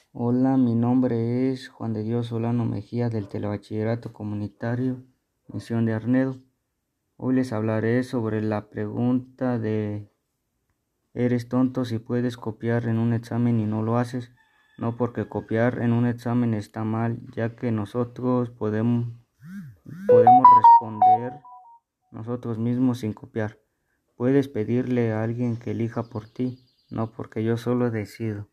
Hola, mi nombre es Juan de Dios Solano Mejía del Telebachillerato Comunitario Misión de Arnedo. Hoy les hablaré sobre la pregunta de ¿eres tonto si puedes copiar en un examen y no lo haces? No, porque copiar en un examen está mal, ya que nosotros podemos responder nosotros mismos sin copiar. Puedes pedirle a alguien que elija por ti, no porque yo solo decido.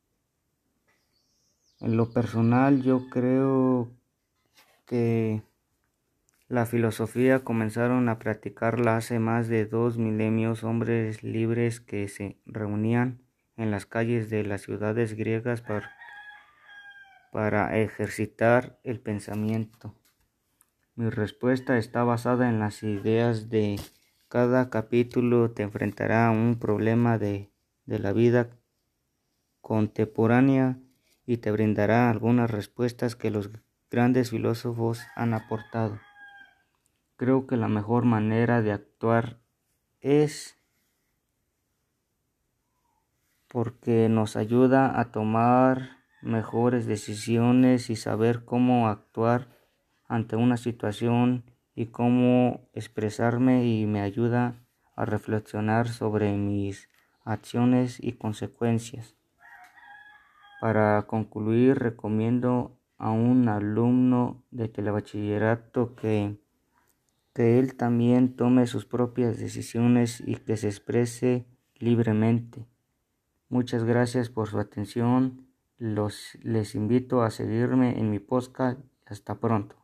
En lo personal, yo creo que la filosofía comenzaron a practicarla hace más de 2 milenios hombres libres que se reunían en las calles de las ciudades griegas para ejercitar el pensamiento. Mi respuesta está basada en las ideas de cada capítulo te enfrentará a un problema de la vida contemporánea y te brindará algunas respuestas que los grandes filósofos han aportado. Creo que la mejor manera de actuar es porque nos ayuda a tomar mejores decisiones y saber cómo actuar ante una situación y cómo expresarme, y me ayuda a reflexionar sobre mis acciones y consecuencias. Para concluir, recomiendo a un alumno de telebachillerato que él también tome sus propias decisiones y que se exprese libremente. Muchas gracias por su atención. Les invito a seguirme en mi podcast. Hasta pronto.